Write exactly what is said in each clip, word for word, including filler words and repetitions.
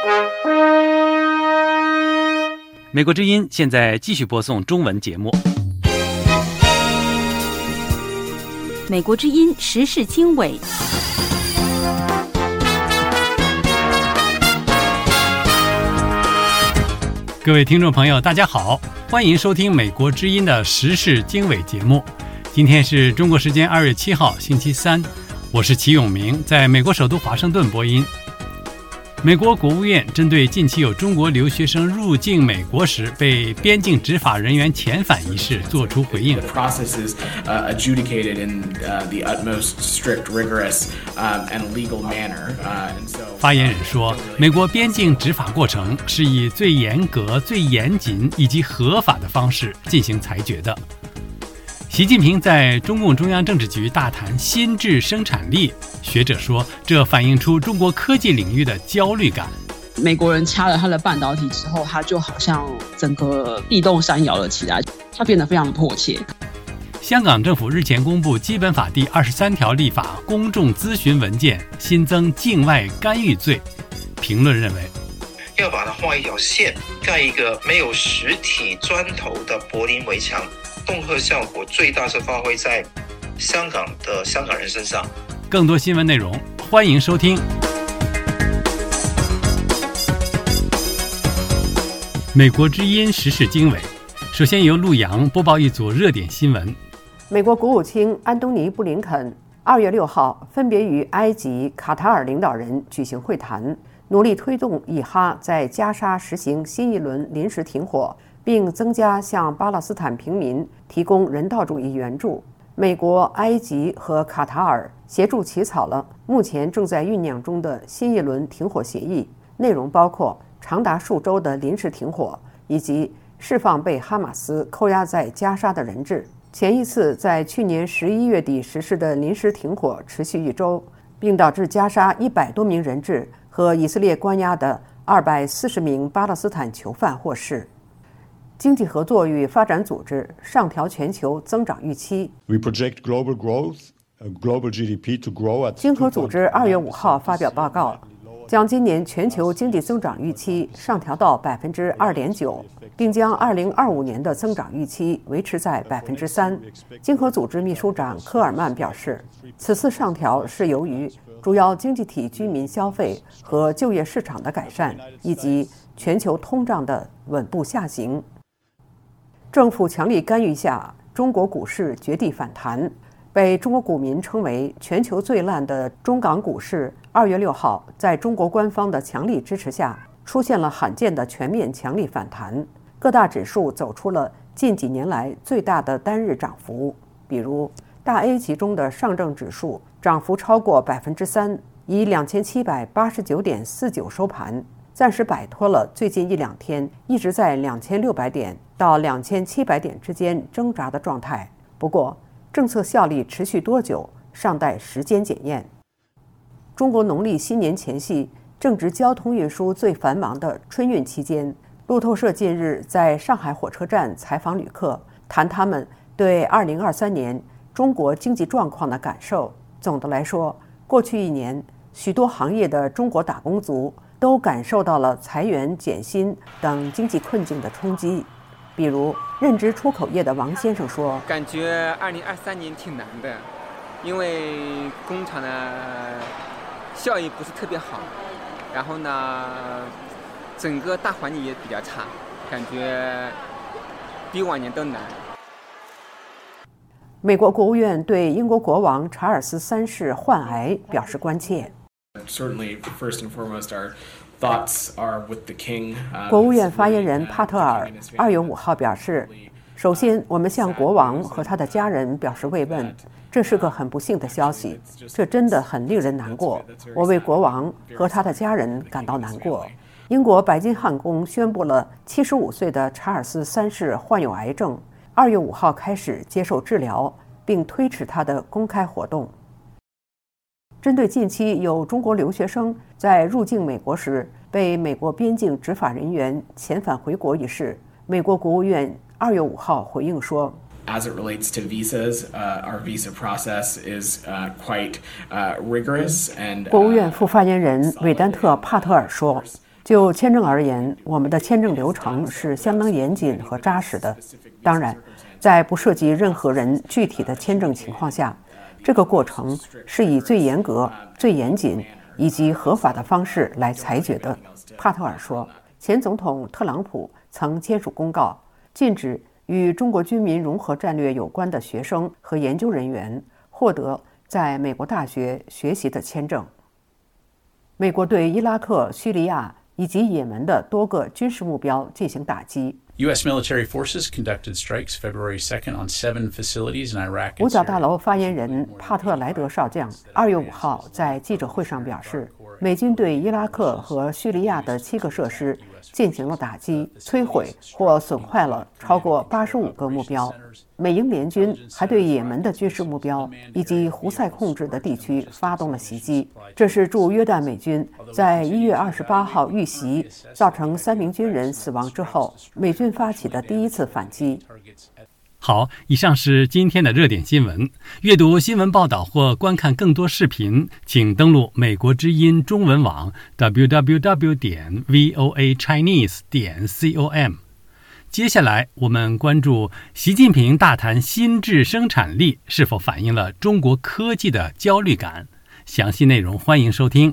美国之音现在继续播送中文节目。 美国之音时事经纬， 各位听众朋友大家好，欢迎收听美国之音的时事经纬节目。今天是中国时间二月七号星期三，我是齐永明，在美国首都华盛顿播音。美国国务院针对近期有中国留学生入境美国时被边境执法人员遣返一事作出回应。发言人说，美国边境执法过程是以最严格、最严谨以及合法的方式进行裁决的。习近平在中共中央政治局大谈新质生产力，学者说这反映出中国科技领域的焦虑感。 美国人掐了他的半导体之后，他就好像整个地动山摇了起来，他变得非常迫切。 香港政府日前公布《基本法》第二十三条立法公众咨询文件，新增境外干预罪。评论认为， 要把它画一条线，盖一个没有实体砖头的柏林围墙，恫吓效果最大是发挥在香港的香港人身上。 更多新闻内容，欢迎收听美国之音时事经纬。首先由陆洋播报一组热点新闻。 美国国务卿安东尼·布林肯二月六号分别与埃及、卡塔尔领导人举行会谈，努力推动以哈在加沙实行新一轮临时停火，并增加向巴勒斯坦平民提供人道主义援助。美国、埃及和卡塔尔协助起草了目前正在酝酿中的新一轮停火协议，内容包括长达数周的临时停火，以及释放被哈马斯扣押在加沙的人质。前一次在去年十一月底实施的临时停火持续一周，并导致加沙一百多名人质和以色列关押的二百四十名巴勒斯坦囚犯获释。经济合作与发展组织上调全球增长预期。 We project global growth, global G D P to grow at 经合组织二月五号发表报告，将今年全球经济增长预期上调到百分之二点九，并将二零二五年的增长预期维持在百分之三。经合组织秘书长科尔曼表示，此次上调是由于主要经济体居民消费和就业市场的改善，以及全球通胀的稳步下行。政府强力干预下，中国股市绝地反弹，被中国股民称为全球最烂的中港股市，二月六号在中国官方的强力支持下，出现了罕见的全面强力反弹，各大指数走出了近几年来最大的单日涨幅。比如大 A 级中的上证指数涨幅超过百分之三，以两千七百八十九点四九收盘，暂时摆脱了最近一两天一直在两千六百点到两千七百点之间挣扎的状态。不过，政策效力持续多久，尚待时间检验。中国农历新年前夕，正值交通运输最繁忙的春运期间，路透社近日在上海火车站采访旅客，谈他们对二零二三年中国经济状况的感受。总的来说，过去一年，许多行业的中国打工族都感受到了裁员、减薪等经济困境的冲击。比如，任职出口业的王先生说：“ 感觉二零二三年挺难的，因为工厂的效益不是特别好，然后呢，整个大环境也比较差，感觉比往年都难。” 美国国务院对英国国王查尔斯三世患癌表示关切。国务院发言人帕特尔二月五号表示，首先我们向国王和他的家人表示慰问，这是个很不幸的消息，这真的很令人难过，我为国王和他的家人感到难过。英国白金汉宫宣布了七十五岁的查尔斯三世患有癌症，二月五号开始接受治疗，并推迟他的公开活动。针对近期有中国留学生在入境美国时被美国边境执法人员遣返回国一事，美国国务院二月五号回应说 As it relates to visas, uh, our visa process is uh, quite uh, rigorous and. 国务院副发言人韦丹特·帕特尔说， 就签证而言，我们的签证流程是相当严谨和扎实的。当然，在不涉及任何人具体的签证情况下，这个过程是以最严格、最严谨以及合法的方式来裁决的。帕特尔说，前总统特朗普曾签署公告，禁止与中国军民融合战略有关的学生和研究人员获得在美国大学学习的签证。美国对伊拉克、叙利亚以及也门的多个军事目标进行打击。 U S military forces conducted strikes February second on seven facilities in Iraq and 五角大 Syria. 楼发言人帕特莱德少将二月五号在记者会上表示，美军对伊拉克和叙利亚的七个设施进行了打击，摧毁或损坏了超过八十五个目标。美英联军还对也门的军事目标以及胡塞控制的地区发动了袭击。这是驻约旦美军在一月二十八号遇袭，造成三名军人死亡之后，美军发起的第一次反击。 好，以上是今天的热点新闻。阅读新闻报道或观看更多视频，请登录美国之音中文网 double u double u double u 点 voa chinese 点 com。接下来我们关注习近平大谈新质生产力是否反映了中国科技的焦虑感。详细内容欢迎收听。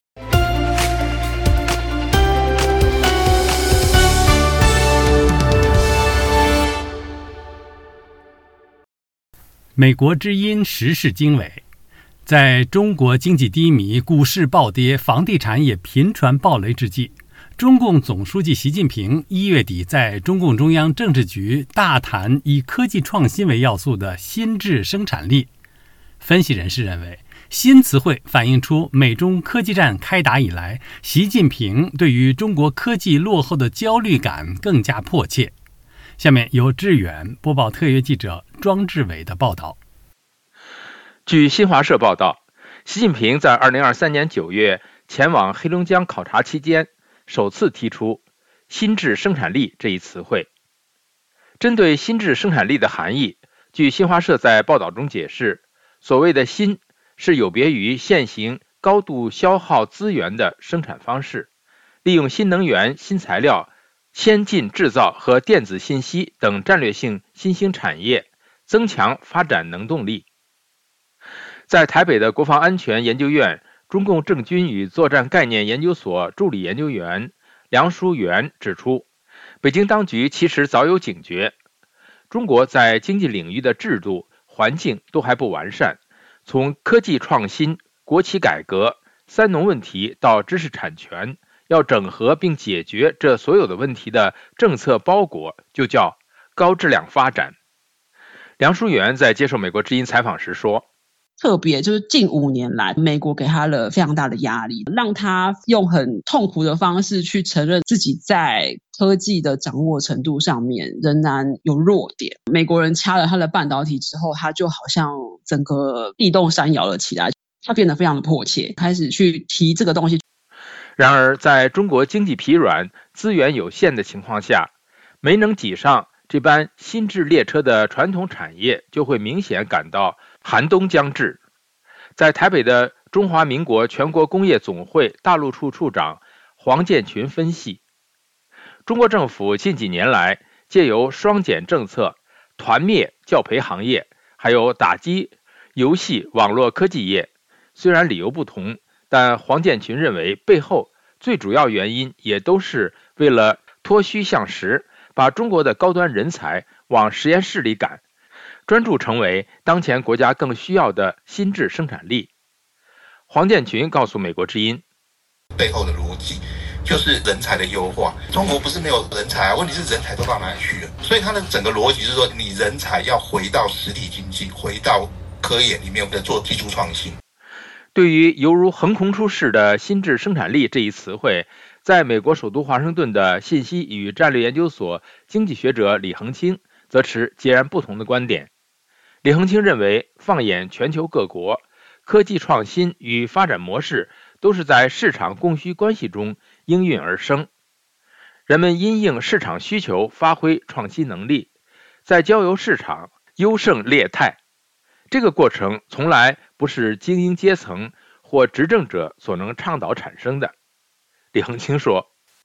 美国之音时事经纬。在中国经济低迷、股市暴跌、房地产也频传暴雷之际，中共总书记习近平一月底在中共中央政治局大谈以科技创新为要素的新质生产力。分析人士认为，新词汇反映出美中科技战开打以来，习近平对于中国科技落后的焦虑感更加迫切。下面由志远播报特约记者庄志伟的报道。 据新华社报道，习近平在二零二三年九月前往黑龙江考察期间，首次提出新质生产力这一词汇。针对新质生产力的含义，据新华社在报道中解释，所谓的新是有别于现行高度消耗资源的生产方式，利用新能源、新材料、先进制造和电子信息等战略性新兴产业，增强发展能动力。在台北的国防安全研究院中共政军与作战概念研究所助理研究员梁书元指出，北京当局其实早有警觉，中国在经济领域的制度、环境都还不完善，从科技创新、国企改革、三农问题到知识产权，要整合并解决这所有的问题的政策包裹，就叫高质量发展。梁书元在接受美国之音采访时说， 特别就是近五年来，美国给他了非常大的压力，让他用很痛苦的方式去承认自己在科技的掌握程度上面仍然有弱点。美国人掐了他的半导体之后，他就好像整个地动山摇了起来，他变得非常的迫切，开始去提这个东西。 然而在中国经济疲软、资源有限的情况下，没能挤上这班新质列车的传统产业就会明显感到寒冬将至。在台北的中华民国全国工业总会大陆处处长黄建群分析，中国政府近几年来借由双减政策团灭教培行业，还有打击游戏网络科技业，虽然理由不同，但黄建群认为背后最主要原因也都是为了脱虚向实，把中国的高端人才往实验室里赶，专注成为当前国家更需要的新质生产力。黄建群告诉美国之音， 背后的逻辑就是人才的优化。中国不是没有人才啊，问题是人才都到哪里去了？所以它的整个逻辑是说，你人才要回到实体经济，回到科研里面的做技术创新。 对于犹如横空出世的新质生产力这一词汇，在美国首都华盛顿的信息与战略研究所经济学者李恒清则持截然不同的观点。李恒清认为，放眼全球各国，科技创新与发展模式都是在市场供需关系中应运而生，人们因应市场需求发挥创新能力，在交由市场优胜劣汰。这个过程从来不是精英阶层或执政者所能倡导产生的。李恒清说，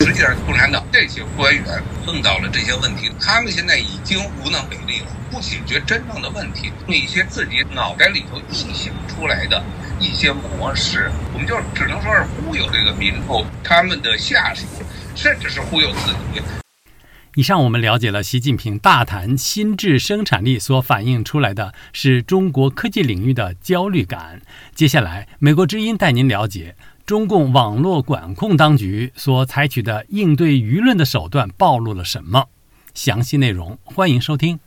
实际上，共产党这些官员碰到了这些问题，他们现在已经无能为力了，不解决真正的问题，用一些自己脑袋里头臆想出来的一些模式，我们就只能说是忽悠这个民众，他们的下属，甚至是忽悠自己。 以上我们了解了习近平大谈新质生产力所反映出来的是中国科技领域的焦虑感。接下来，美国之音带您了解中共网络管控当局所采取的应对舆论的手段暴露了什么？详细内容欢迎收听。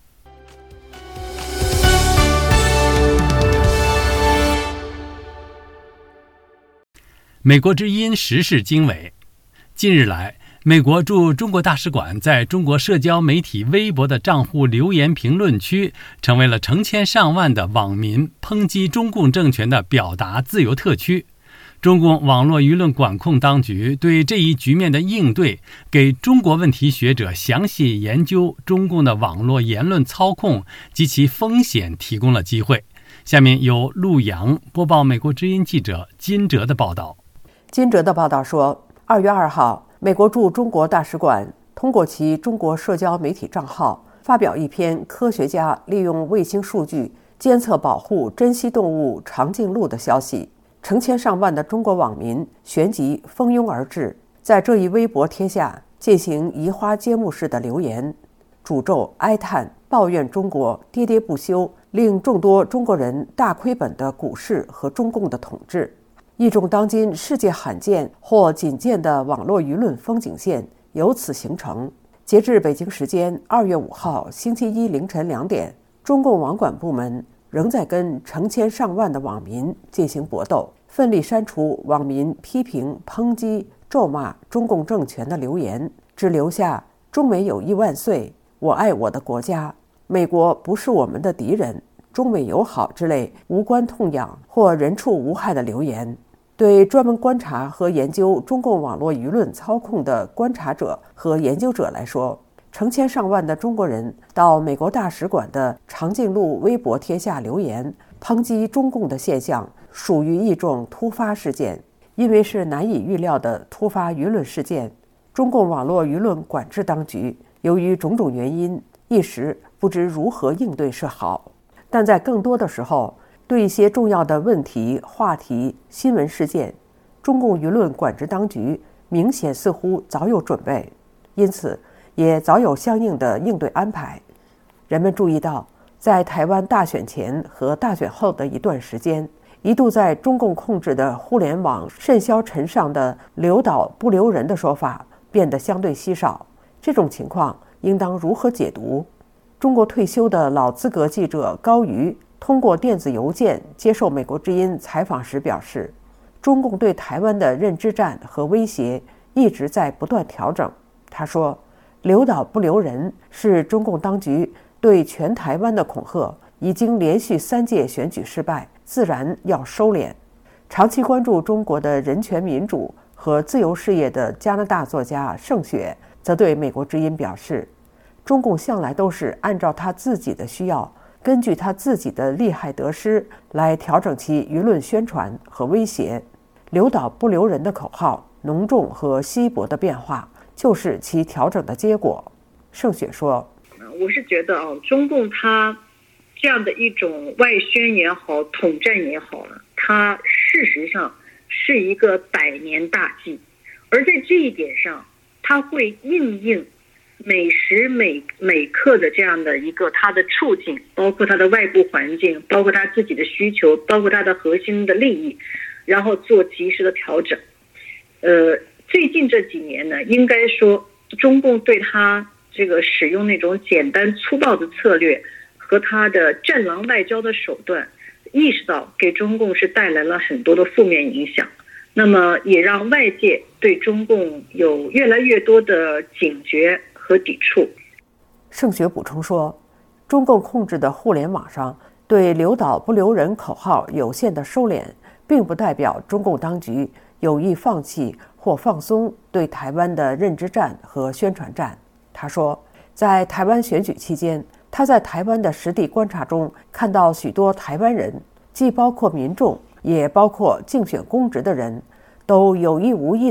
美国之音时事经纬。近日来，美国驻中国大使馆在中国社交媒体微博的账户留言评论区，成为了成千上万的网民抨击中共政权的表达自由特区。中共网络舆论管控当局对这一局面的应对，给中国问题学者详细研究中共的网络言论操控及其风险提供了机会。下面由陆洋播报美国之音记者金哲的报道。 金哲的报道说，二月二号，美国驻中国大使馆通过其中国社交媒体账号发表一篇科学家利用卫星数据监测保护珍稀动物长颈鹿的消息。成千上万的中国网民旋即蜂拥而至，在这一微博贴下进行移花接木式的留言，诅咒、哀叹、抱怨中国喋喋不休，令众多中国人大亏本的股市和中共的统治。一种当今世界罕见或仅见的网络舆论风景线由此形成。截至北京时间二月五号星期一凌晨两点，中共网管部门仍在跟成千上万的网民进行搏斗，奋力删除网民批评、抨击、咒骂中共政权的留言，只留下“中美友谊万岁”、“我爱我的国家”、“美国不是我们的敌人”、“中美友好”之类无关痛痒或人畜无害的留言。对专门观察和研究中共网络舆论操控的观察者和研究者来说，成千上万的中国人到美国大使馆的长颈鹿微博贴下留言，抨击中共的现象属于一种突发事件。因为是难以预料的突发舆论事件，中共网络舆论管制当局由于种种原因一时不知如何应对是好。但在更多的时候，对一些重要的问题、话题、新闻事件，中共舆论管制当局明显似乎早有准备，因此也早有相应的应对安排。人们注意到，在台湾大选前和大选后的一段时间，一度在中共控制的互联网甚嚣尘上的留岛不留人的说法变得相对稀少。这种情况应当如何解读？中国退休的老资格记者高瑜通过电子邮件接受美国之音采访时表示，中共对台湾的认知战和威胁一直在不断调整。他说，留岛不留人是中共当局对全台湾的恐吓，已经连续三届选举失败，自然要收敛。长期关注中国的人权民主和自由事业的加拿大作家盛雪则对美国之音表示，中共向来都是按照他自己的需要，根据他自己的利害得失来调整其舆论宣传和威胁。留岛不留人的口号浓重和稀薄的变化，就是其调整的结果。盛雪说， 我是觉得啊，中共它这样的一种外宣也好，统战也好，它事实上是一个百年大计，而在这一点上，它会因应每时每每刻的这样的一个它的处境，包括它的外部环境，包括它自己的需求，包括它的核心的利益，然后做及时的调整。呃，最近这几年呢，应该说中共对它这个使用那种简单粗暴的策略和它的战狼外交的手段，意识到给中共是带来了很多的负面影响，那么也让外界对中共有越来越多的警觉和抵触。 盛雪补充说，中共控制的互联网上对留岛不留人口号有限的收敛，并不代表中共当局有意放弃或放松对台湾的认知战和宣传战。他说，在台湾选举期间，他在台湾的实地观察中看到许多台湾人，既包括民众也包括竞选公职的人，都有意无意地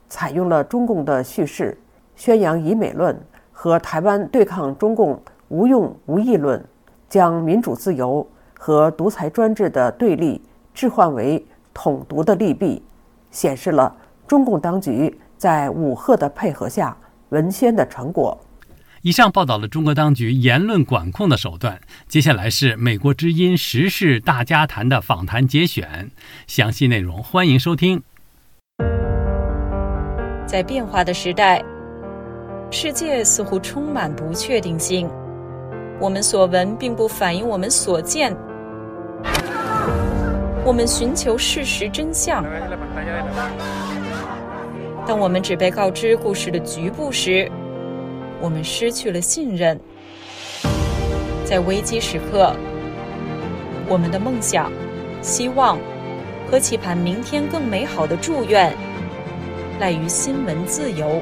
采用了中共的叙事，宣扬以美论和台湾对抗中共无用无义论，将民主自由和独裁专制的对立置换为统独的利弊，显示了中共当局在武赫的配合下文宣的成果。 以上报道了中国当局言论管控的手段，接下来是美国之音时事大家谈的访谈节选，详细内容欢迎收听。 在变化的时代，世界似乎充满不确定性，我们所闻并不反映我们所见，我们寻求事实真相。当我们只被告知故事的局部时，我们失去了信任。在危机时刻，我们的梦想、希望和期盼明天更美好的祝愿，赖于新闻自由。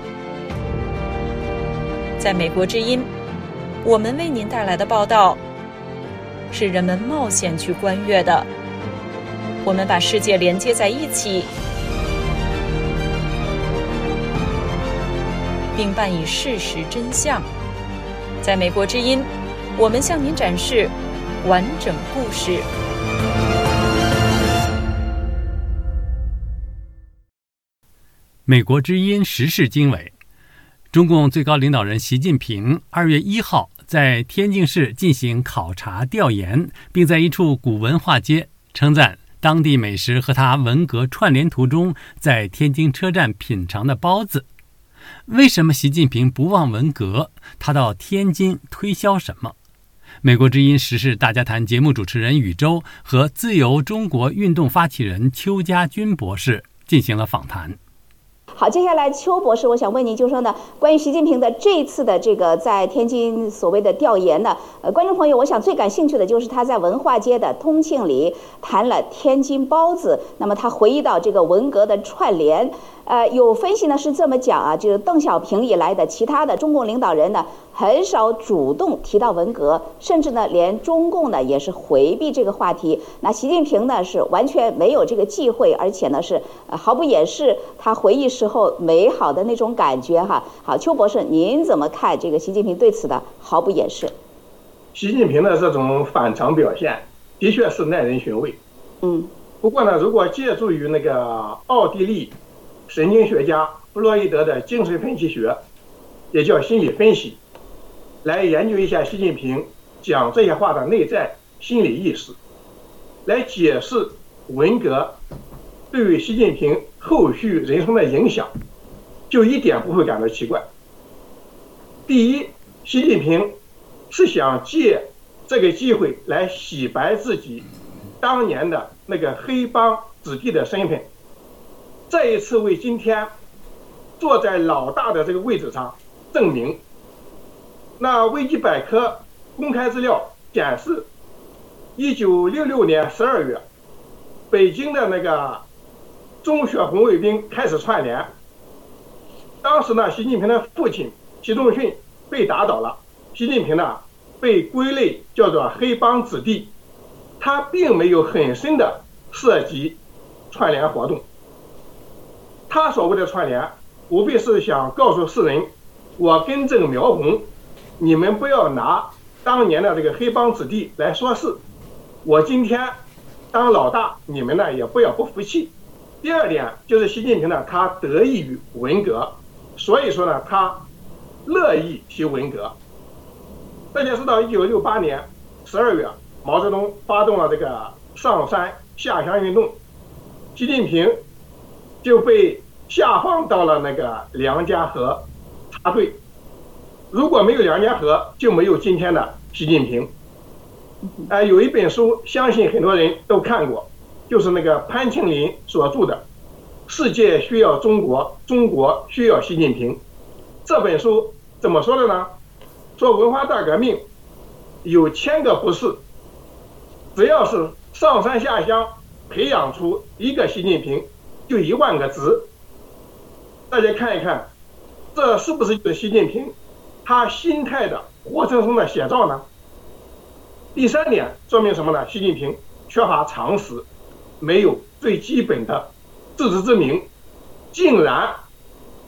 在美国之音，我们为您带来的报道，是人们冒险去观阅的。我们把世界连接在一起，并伴以事实真相。在美国之音，我们向您展示完整故事。 美国之音时事经纬。中共最高领导人习近平二月一号在天津市进行考察调研，并在一处古文化街称赞当地美食和他文革串联途中在天津车站品尝的包子。为什么习近平不忘文革？他到天津推销什么？美国之音时事大家谈节目主持人宇宙和自由中国运动发起人邱家军博士进行了访谈。 好，接下来邱博士，我想问您，就是说呢，关于习近平的这一次的这个在天津所谓的调研呢，呃，观众朋友，我想最感兴趣的就是他在文化街的通庆里谈了天津包子。那么他回忆到这个文革的串联，呃，有分析呢是这么讲啊，就是邓小平以来的其他的中共领导人呢，很少主动提到文革，甚至呢连中共呢也是回避这个话题。那习近平呢是完全没有这个忌讳，而且呢是呃毫不掩饰他回忆时候美好的那种感觉哈。好，邱博士，您怎么看这个习近平对此的毫不掩饰？ 习近平的这种反常表现的确是耐人寻味。 嗯， 不过呢，如果借助于那个奥地利神经学家弗洛伊德的精神分析学，也叫心理分析，来研究一下习近平讲这些话的内在心理意识，来解释文革对于习近平后续人生的影响，就一点不会感到奇怪。第一，习近平是想借这个机会来洗白自己当年的那个黑帮子弟的身份，再一次为今天坐在老大的这个位置上证明。那维基百科公开资料显示，一九六六年十二月，北京的那个中学红卫兵开始串联。当时呢，习近平的父亲习仲勋被打倒了，习近平呢被归类叫做黑帮子弟，他并没有很深的涉及串联活动。他所谓的串联，无非是想告诉世人，我根正苗红，你们不要拿当年的这个黑帮子弟来说事，我今天当老大，你们呢也不要不服气。第二点就是习近平呢，他得益于文革，所以说呢，他乐意提文革。大家知道，一九六八年十二月，毛泽东发动了这个上山下乡运动，习近平就被下放到了那个梁家河插队。如果没有梁家河，就没有今天的习近平。呃，有一本书，相信很多人都看过，就是那个潘庆林所著的《世界需要中国，中国需要习近平》。这本书怎么说的呢？说文化大革命有千个不是，只要是上山下乡培养出一个习近平，就一万个值。大家看一看，这是不是就是习近平他心态的活生生的写照呢？第三点说明什么呢？习近平缺乏常识，没有最基本的自知之明，竟然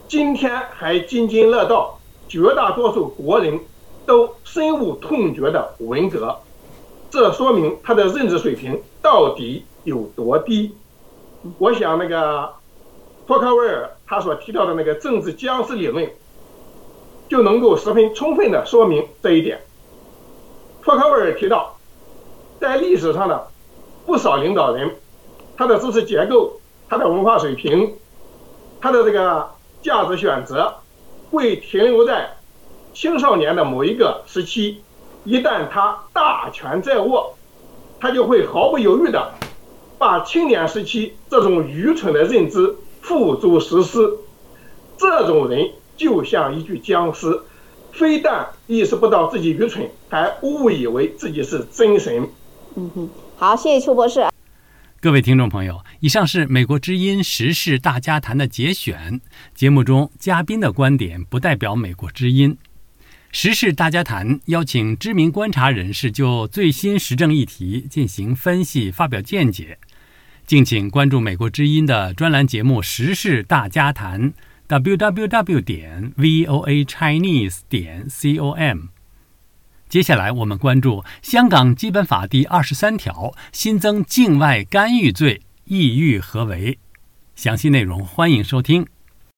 今天还津津乐道，绝大多数国人都深恶痛绝的文革，这说明他的认知水平到底有多低。我想那个托克维尔他所提到的那个政治僵尸理论，就能够十分充分的说明这一点。托克维尔提到，在历史上的不少领导人，他的知识结构、他的文化水平、他的这个价值选择，会停留在青少年的某一个时期。一旦他大权在握，他就会毫不犹豫的把青年时期这种愚蠢的认知付诸实施。这种人就像一具僵尸，非但意识不到自己愚蠢，还误以为自己是真神。 嗯哼，好，谢谢邱博士。 各位听众朋友，以上是美国之音时事大家谈的节选，节目中嘉宾的观点不代表美国之音。时事大家谈邀请知名观察人士就最新时政议题进行分析发表见解，敬请关注美国之音的专栏节目时事大家谈 double-u double-u double-u 点 v o a chinese 点 com。 接下来我们关注香港基本法第二十三条新增境外干预罪，意欲何为？详细内容欢迎收听。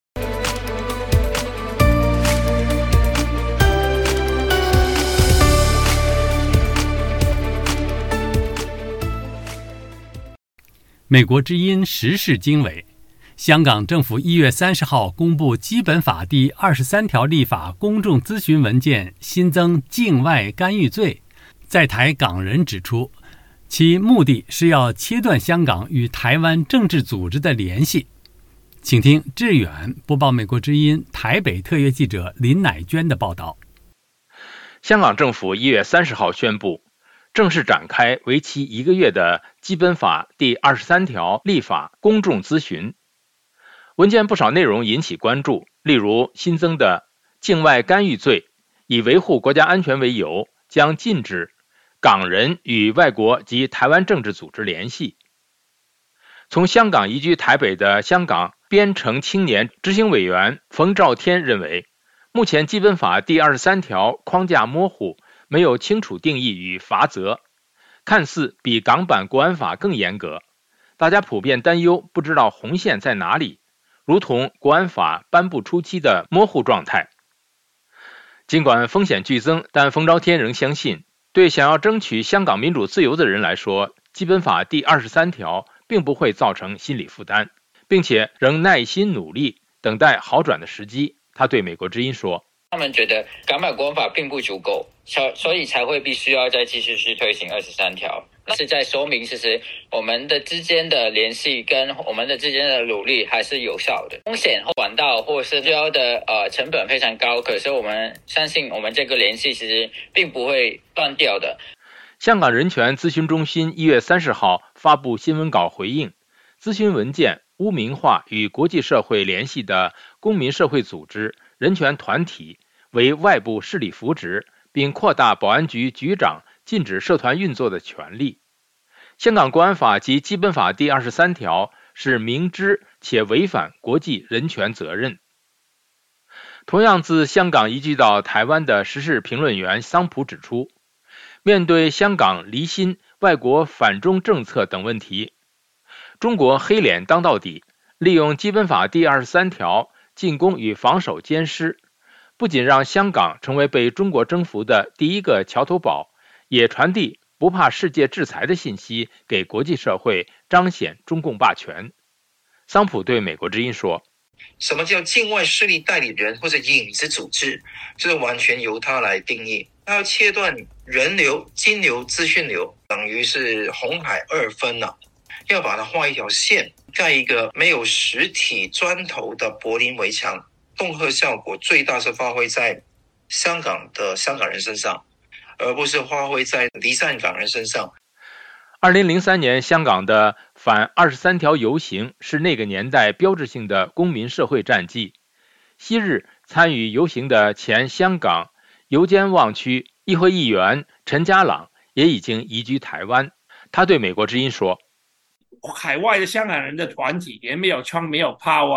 美国之音时事经纬，香港政府一月三十号公布《基本法》第二十三条立法公众咨询文件，新增境外干预罪。在台港人指出，其目的是要切断香港与台湾政治组织的联系。请听志远播报美国之音台北特约记者林乃娟的报道。 香港政府一月三十号宣布，正式展开为期一个月的《基本法》第二十三条立法公众咨询。文件不少内容引起关注，例如新增的境外干预罪，以维护国家安全为由，将禁止港人与外国及台湾政治组织联系。从香港移居台北的香港编程青年执行委员冯兆天认为，目前基本法第二十三条框架模糊，没有清楚定义与罚则，看似比港版国安法更严格，大家普遍担忧不知道红线在哪里，如同国安法颁布初期的模糊状态。尽管风险剧增，但冯兆天仍相信，对想要争取香港民主自由的人来说，基本法第二十三条并不会造成心理负担，并且仍耐心努力等待好转的时机。他对美国之音说， 他们觉得港版国安法并不足够，所以才会必须要再继续去推行二十三条。那是在说明，其实我们的之间的联系跟我们的之间的努力还是有效的。风险或管道或是需要的呃成本非常高，可是我们相信我们这个联系其实并不会断掉的。 香港人权咨询中心一月三十号发布新闻稿回应，咨询文件污名化与国际社会联系的公民社会组织、人权团体为外部势力扶植，并扩大保安局局长禁止社团运作的权利。香港国安法及基本法第二十三条是明知且违反国际人权责任。同样自香港移居到台湾的时事评论员桑普指出，面对香港离心、外国反中政策等问题，中国黑脸当到底，利用基本法第二十三条进攻与防守兼施，不仅让香港成为被中国征服的第一个桥头堡，也传递不怕世界制裁的信息给国际社会，彰显中共霸权。桑普对美国之音说， 什么叫境外势力代理人或者影子组织，这完全由他来定义。他要切断人流、金流、资讯流，等于是红海二分了，要把它画一条线，盖一个没有实体砖头的柏林围墙，恫吓效果最大是发挥在香港的香港人身上，而不是发挥在离散港人身上。 二零零三年香港的反二十三条游行是那个年代标志性的公民社会战绩。昔日参与游行的前香港油尖旺区议会议员陈家朗也已经移居台湾。他对美国之音说， 海外的香港人的团体也没有枪没有炮啊，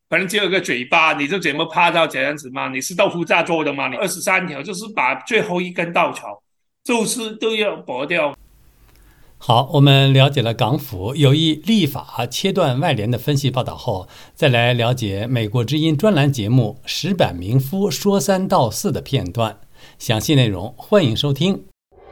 反正只有一个嘴巴，你就怎么怕到这样子嘛？你是豆腐渣做的嘛？你二十三条就是把最后一根稻草，就是都要剥掉。 好，我们了解了港府有意立法切断外联的分析报道后，再来了解美国之音专栏节目石板民夫说三道四的片段，详细内容欢迎收听。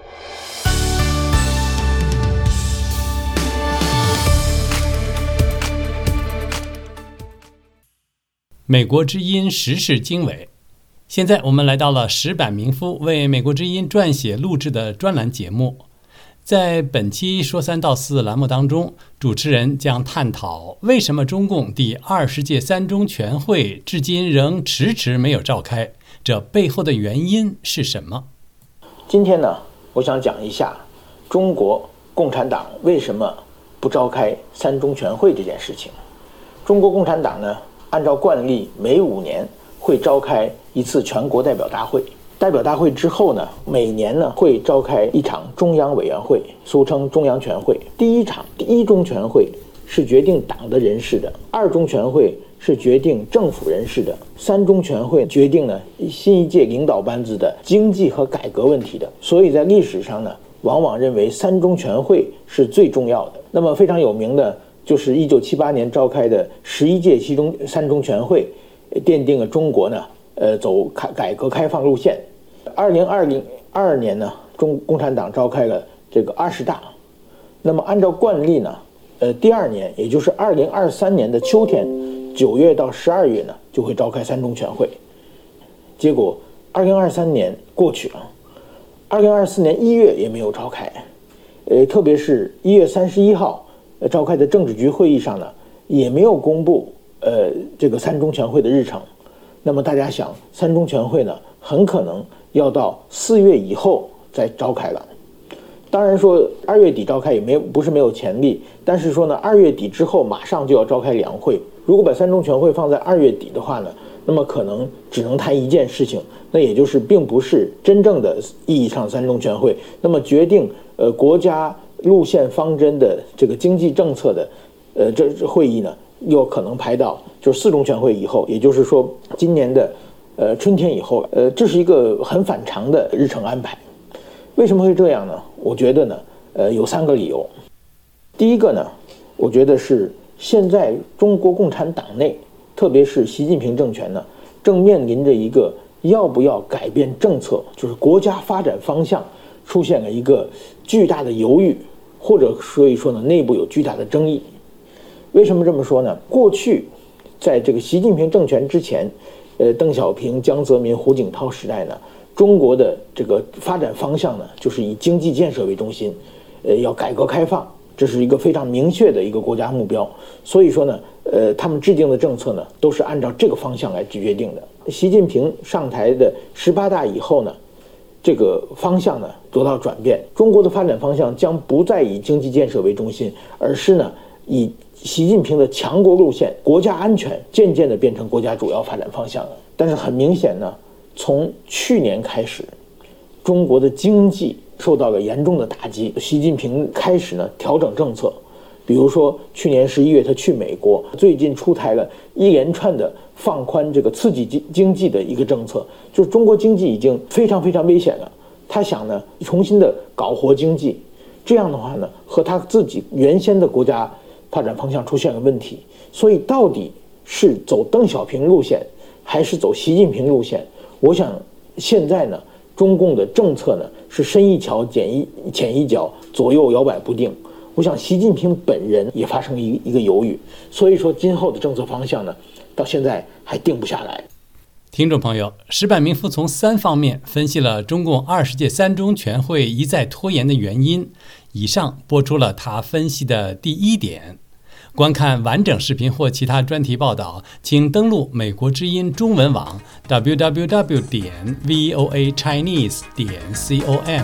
美国之音时事经纬，现在我们来到了石板民夫为美国之音撰写录制的专栏节目。在本期说三道四栏目当中，主持人将探讨为什么中共第二十届三中全会至今仍迟迟没有召开，这背后的原因是什么？ 今天呢，我想讲一下中国共产党为什么不召开三中全会这件事情。中国共产党呢，按照惯例，每五年会召开一次全国代表大会。代表大会之后呢，每年呢会召开一场中央委员会，俗称中央全会。第一场第一中全会是决定党的人事的，二中全会是决定政府人事的，三中全会决定呢新一届领导班子的经济和改革问题的。所以在历史上呢，往往认为三中全会是最重要的。那么非常有名的就是一九七八年召开的十一届七中三中全会，奠定了中国呢呃走开改革开放路线。二零二零二年呢，中共产党召开了这个二十大。那么按照惯例呢，呃，第二年，也就是二零二三年的秋天，九月到十二月呢，就会召开三中全会。结果二零二三年过去了，二零二四年一月也没有召开。呃，特别是一月三十一号呃召开的政治局会议上呢，也没有公布呃这个三中全会的日程。那么大家想，三中全会呢，很可能要到四月以后再召开了。当然说二月底召开也没不是没有潜力，但是说呢，二月底之后马上就要召开两会。如果把三中全会放在二月底的话呢，那么可能只能谈一件事情，那也就是并不是真正的意义上三中全会。那么决定呃国家路线方针的这个经济政策的呃这会议呢，又可能排到就是四中全会以后，也就是说今年的呃春天以后。呃，这是一个很反常的日程安排。为什么会这样呢？我觉得呢，呃，有三个理由。第一个呢，我觉得是现在中国共产党内，特别是习近平政权呢，正面临着一个要不要改变政策，就是国家发展方向出现了一个巨大的犹豫，或者所以说呢，内部有巨大的争议。为什么这么说呢？过去在这个习近平政权之前，呃，邓小平、江泽民、胡锦涛时代呢，中国的这个发展方向呢，就是以经济建设为中心，呃，要改革开放，这是一个非常明确的一个国家目标。所以说呢，呃，他们制定的政策呢，都是按照这个方向来决定的。习近平上台的十八大以后呢，这个方向呢得到转变，中国的发展方向将不再以经济建设为中心，而是呢以习近平的强国路线，国家安全渐渐地变成国家主要发展方向了。但是很明显呢，从去年开始，中国的经济受到了严重的打击。习近平开始呢调整政策，比如说去年十一月他去美国，最近出台了一连串的放宽这个刺激经经济的一个政策，就是中国经济已经非常非常危险了。他想呢重新的搞活经济，这样的话呢和他自己原先的国家发展方向出现了问题。所以到底是走邓小平路线还是走习近平路线，我想现在呢中共的政策呢是深一脚浅一浅一脚，左右摇摆不定。我想习近平本人也发生一一个犹豫，所以说今后的政策方向呢到现在还定不下来。 听众朋友，石板民夫从三方面分析了中共二十届三中全会一再拖延的原因，以上播出了他分析的第一点。观看完整视频或其他专题报道，请登录美国之音中文网 double-u double-u double-u 点 v o a chinese 点 com。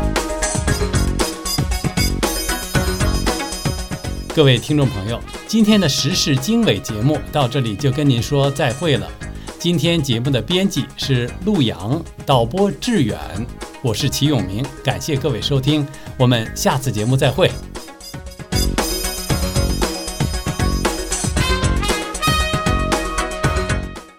各位听众朋友，今天的时事经纬节目到这里就跟您说再会了。今天节目的编辑是陆阳，导播志远，我是齐永明，感谢各位收听，我们下次节目再会。